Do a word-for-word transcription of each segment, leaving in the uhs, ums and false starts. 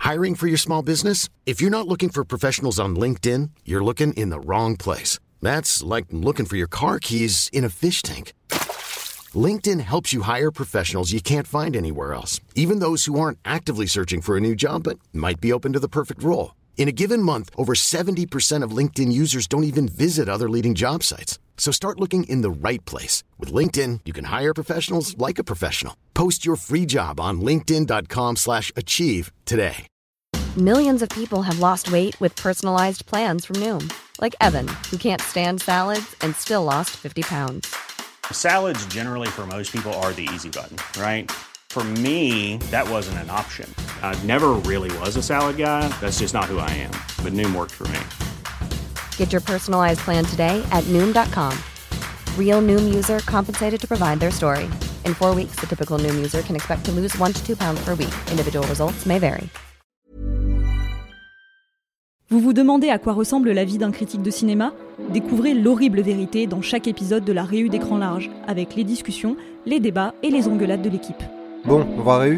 Hiring for your small business? If you're not looking for professionals on LinkedIn, you're looking in the wrong place. That's like looking for your car keys in a fish tank. LinkedIn helps you hire professionals you can't find anywhere else, even those who aren't actively searching for a new job but might be open to the perfect role. In a given month, over seventy percent of LinkedIn users don't even visit other leading job sites. So start looking in the right place. With LinkedIn, you can hire professionals like a professional. Post your free job on linkedin.com slash achieve today. Millions of people have lost weight with personalized plans from Noom. Like Evan, who can't stand salads and still lost fifty pounds. Salads generally for most people are the easy button, right? For me, that wasn't an option. I never really was a salad guy. That's just not who I am. But Noom worked for me. Get your personalized plan today at Noom dot com. Real Noom user compensated to provide their story. In four weeks, the typical Noom user can expect to lose one to two pounds per week. Individual results may vary. Vous vous demandez à quoi ressemble la vie d'un critique de cinéma ? Découvrez l'horrible vérité dans chaque épisode de la Réu d'écran large, avec les discussions, les débats et les engueulades de l'équipe. Bon, on va à Réu ?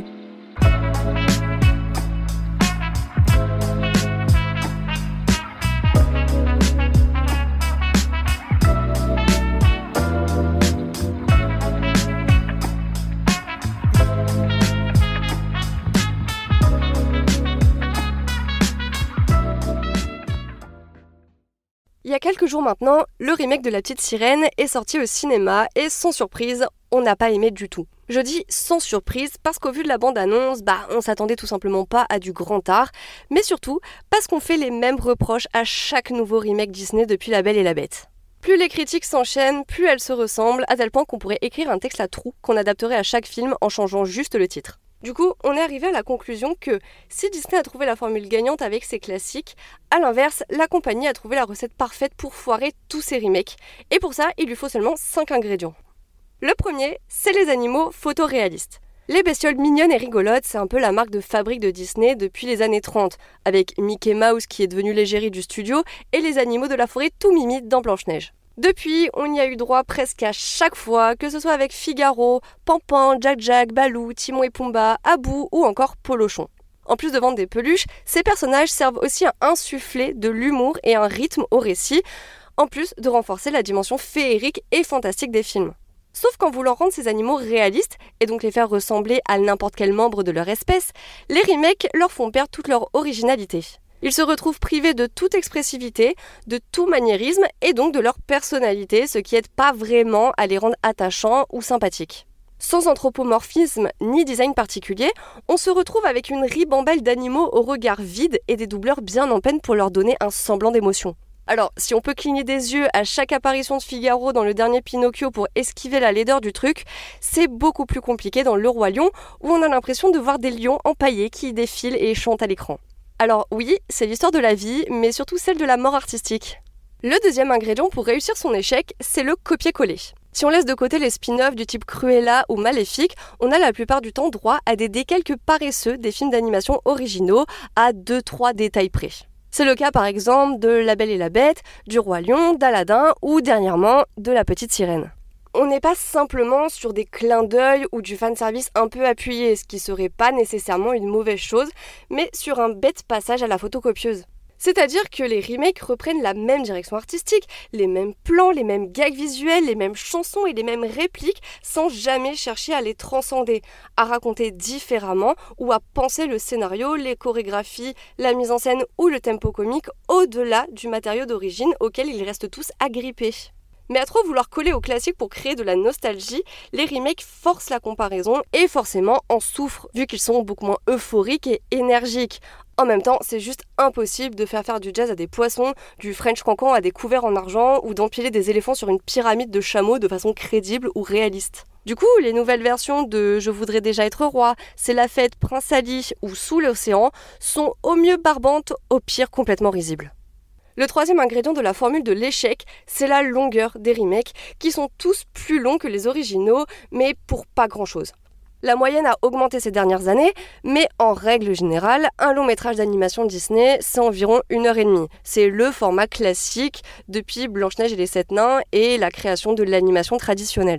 Il y a quelques jours maintenant, le remake de La Petite Sirène est sorti au cinéma et sans surprise, on n'a pas aimé du tout. Je dis sans surprise parce qu'au vu de la bande-annonce, bah on s'attendait tout simplement pas à du grand art, mais surtout parce qu'on fait les mêmes reproches à chaque nouveau remake Disney depuis La Belle et la Bête. Plus les critiques s'enchaînent, plus elles se ressemblent, à tel point qu'on pourrait écrire un texte à trous qu'on adapterait à chaque film en changeant juste le titre. Du coup, on est arrivé à la conclusion que si Disney a trouvé la formule gagnante avec ses classiques, à l'inverse, la compagnie a trouvé la recette parfaite pour foirer tous ses remakes. Et pour ça, il lui faut seulement cinq ingrédients. Le premier, c'est les animaux photoréalistes. Les bestioles mignonnes et rigolotes, c'est un peu la marque de fabrique de Disney depuis les années trente, avec Mickey Mouse qui est devenu l'égérie du studio et les animaux de la forêt tout mimides dans Blanche-Neige. Depuis, on y a eu droit presque à chaque fois, que ce soit avec Figaro, Pampan, Jack-Jack, Balou, Timon et Pumba, Abou ou encore Polochon. En plus de vendre des peluches, ces personnages servent aussi à insuffler de l'humour et un rythme au récit, en plus de renforcer la dimension féerique et fantastique des films. Sauf qu'en voulant rendre ces animaux réalistes, et donc les faire ressembler à n'importe quel membre de leur espèce, les remakes leur font perdre toute leur originalité. Ils se retrouvent privés de toute expressivité, de tout maniérisme et donc de leur personnalité, ce qui n'aide pas vraiment à les rendre attachants ou sympathiques. Sans anthropomorphisme ni design particulier, on se retrouve avec une ribambelle d'animaux au regard vide et des doubleurs bien en peine pour leur donner un semblant d'émotion. Alors, si on peut cligner des yeux à chaque apparition de Figaro dans le dernier Pinocchio pour esquiver la laideur du truc, c'est beaucoup plus compliqué dans Le Roi Lion, où on a l'impression de voir des lions empaillés qui défilent et chantent à l'écran. Alors oui, c'est l'histoire de la vie, mais surtout celle de la mort artistique. Le deuxième ingrédient pour réussir son échec, c'est le copier-coller. Si on laisse de côté les spin-offs du type Cruella ou Maléfique, on a la plupart du temps droit à des décalques paresseux des films d'animation originaux à deux trois détails près. C'est le cas par exemple de La Belle et la Bête, du Roi Lion, d'Aladin ou dernièrement de La Petite Sirène. On n'est pas simplement sur des clins d'œil ou du fanservice un peu appuyé, ce qui serait pas nécessairement une mauvaise chose, mais sur un bête passage à la photocopieuse. C'est-à-dire que les remakes reprennent la même direction artistique, les mêmes plans, les mêmes gags visuels, les mêmes chansons et les mêmes répliques, sans jamais chercher à les transcender, à raconter différemment ou à penser le scénario, les chorégraphies, la mise en scène ou le tempo comique au-delà du matériau d'origine auquel ils restent tous agrippés. Mais à trop vouloir coller au classique pour créer de la nostalgie, les remakes forcent la comparaison et forcément en souffrent, vu qu'ils sont beaucoup moins euphoriques et énergiques. En même temps, c'est juste impossible de faire faire du jazz à des poissons, du French cancan à des couverts en argent ou d'empiler des éléphants sur une pyramide de chameaux de façon crédible ou réaliste. Du coup, les nouvelles versions de « Je voudrais déjà être roi »,« C'est la fête »,« Prince Ali » ou « Sous l'océan » sont au mieux barbantes, au pire complètement risibles. Le troisième ingrédient de la formule de l'échec, c'est la longueur des remakes, qui sont tous plus longs que les originaux, mais pour pas grand-chose. La moyenne a augmenté ces dernières années, mais en règle générale, un long métrage d'animation Disney, c'est environ une heure et demie. C'est le format classique depuis Blanche-Neige et les Sept Nains et la création de l'animation traditionnelle. Ce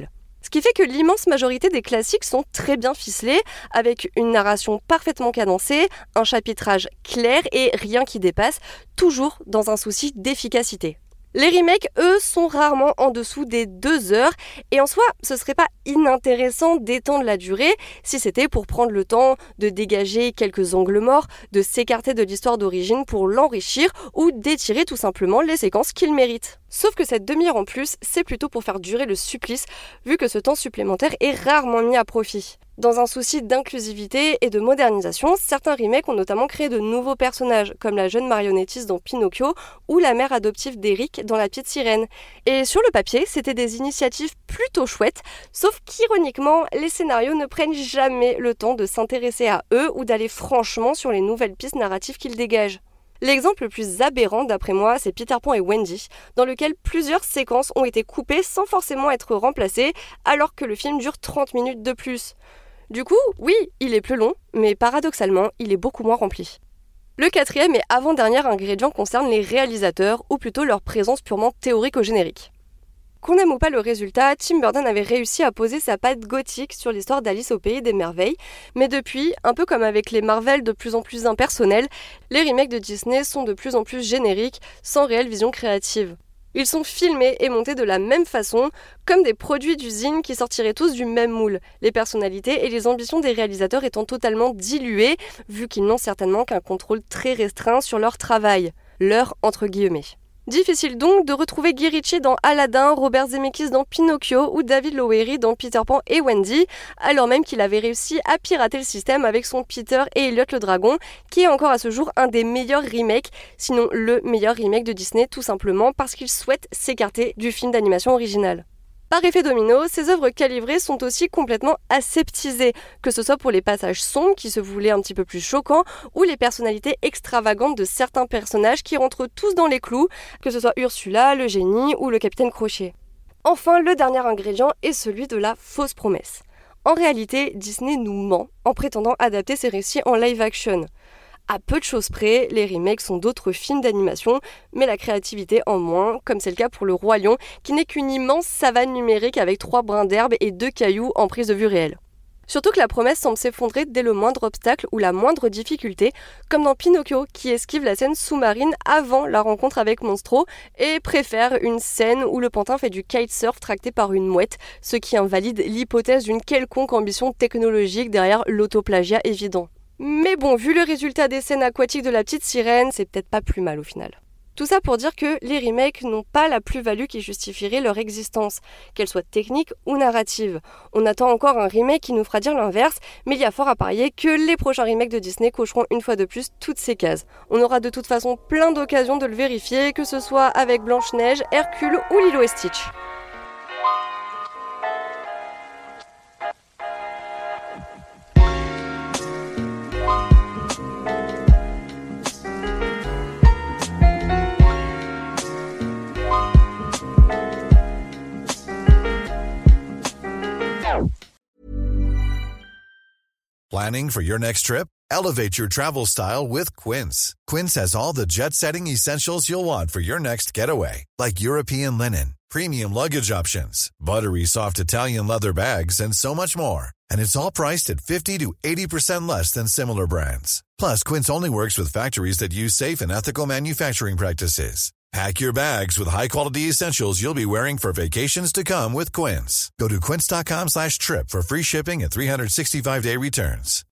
qui fait que l'immense majorité des classiques sont très bien ficelés, avec une narration parfaitement cadencée, un chapitrage clair et rien qui dépasse, toujours dans un souci d'efficacité. Les remakes, eux, sont rarement en dessous des deux heures, et en soi, ce serait pas inintéressant d'étendre la durée si c'était pour prendre le temps de dégager quelques angles morts, de s'écarter de l'histoire d'origine pour l'enrichir, ou d'étirer tout simplement les séquences qu'il mérite. Sauf que cette demi-heure en plus, c'est plutôt pour faire durer le supplice, vu que ce temps supplémentaire est rarement mis à profit. Dans un souci d'inclusivité et de modernisation, certains remakes ont notamment créé de nouveaux personnages, comme la jeune marionnettiste dans Pinocchio ou la mère adoptive d'Eric dans La Petite Sirène. Et sur le papier, c'était des initiatives plutôt chouettes, sauf qu'ironiquement, les scénarios ne prennent jamais le temps de s'intéresser à eux ou d'aller franchement sur les nouvelles pistes narratives qu'ils dégagent. L'exemple le plus aberrant d'après moi, c'est Peter Pan et Wendy, dans lequel plusieurs séquences ont été coupées sans forcément être remplacées, alors que le film dure trente minutes de plus. Du coup, oui, il est plus long, mais paradoxalement, il est beaucoup moins rempli. Le quatrième et avant-dernier ingrédient concerne les réalisateurs, ou plutôt leur présence purement théorique au générique. Qu'on aime ou pas le résultat, Tim Burton avait réussi à poser sa patte gothique sur l'histoire d'Alice au Pays des Merveilles, mais depuis, un peu comme avec les Marvel de plus en plus impersonnels, les remakes de Disney sont de plus en plus génériques, sans réelle vision créative. Ils sont filmés et montés de la même façon, comme des produits d'usine qui sortiraient tous du même moule, les personnalités et les ambitions des réalisateurs étant totalement diluées, vu qu'ils n'ont certainement qu'un contrôle très restreint sur leur travail, leur entre guillemets. Difficile donc de retrouver Guy Ritchie dans Aladdin, Robert Zemeckis dans Pinocchio ou David Lowery dans Peter Pan et Wendy, alors même qu'il avait réussi à pirater le système avec son Peter et Elliot le Dragon, qui est encore à ce jour un des meilleurs remakes, sinon le meilleur remake de Disney, tout simplement parce qu'il souhaite s'écarter du film d'animation original. Par effet domino, ces œuvres calibrées sont aussi complètement aseptisées, que ce soit pour les passages sombres qui se voulaient un petit peu plus choquants, ou les personnalités extravagantes de certains personnages qui rentrent tous dans les clous, que ce soit Ursula, le génie ou le capitaine Crochet. Enfin, le dernier ingrédient est celui de la fausse promesse. En réalité, Disney nous ment en prétendant adapter ses récits en live action. À peu de choses près, les remakes sont d'autres films d'animation, mais la créativité en moins, comme c'est le cas pour Le Roi Lion, qui n'est qu'une immense savane numérique avec trois brins d'herbe et deux cailloux en prise de vue réelle. Surtout que la promesse semble s'effondrer dès le moindre obstacle ou la moindre difficulté, comme dans Pinocchio, qui esquive la scène sous-marine avant la rencontre avec Monstro, et préfère une scène où le pantin fait du kitesurf tracté par une mouette, ce qui invalide l'hypothèse d'une quelconque ambition technologique derrière l'autoplagiat évident. Mais bon, vu le résultat des scènes aquatiques de La Petite Sirène, c'est peut-être pas plus mal au final. Tout ça pour dire que les remakes n'ont pas la plus-value qui justifierait leur existence, qu'elle soit technique ou narrative. On attend encore un remake qui nous fera dire l'inverse, mais il y a fort à parier que les prochains remakes de Disney cocheront une fois de plus toutes ces cases. On aura de toute façon plein d'occasions de le vérifier, que ce soit avec Blanche-Neige, Hercule ou Lilo et Stitch. Planning for your next trip? Elevate your travel style with Quince. Quince has all the jet-setting essentials you'll want for your next getaway, like European linen, premium luggage options, buttery soft Italian leather bags, and so much more. And it's all priced at fifty to eighty percent less than similar brands. Plus, Quince only works with factories that use safe and ethical manufacturing practices. Pack your bags with high-quality essentials you'll be wearing for vacations to come with Quince. Go to quince.com slash trip for free shipping and three sixty-five day returns.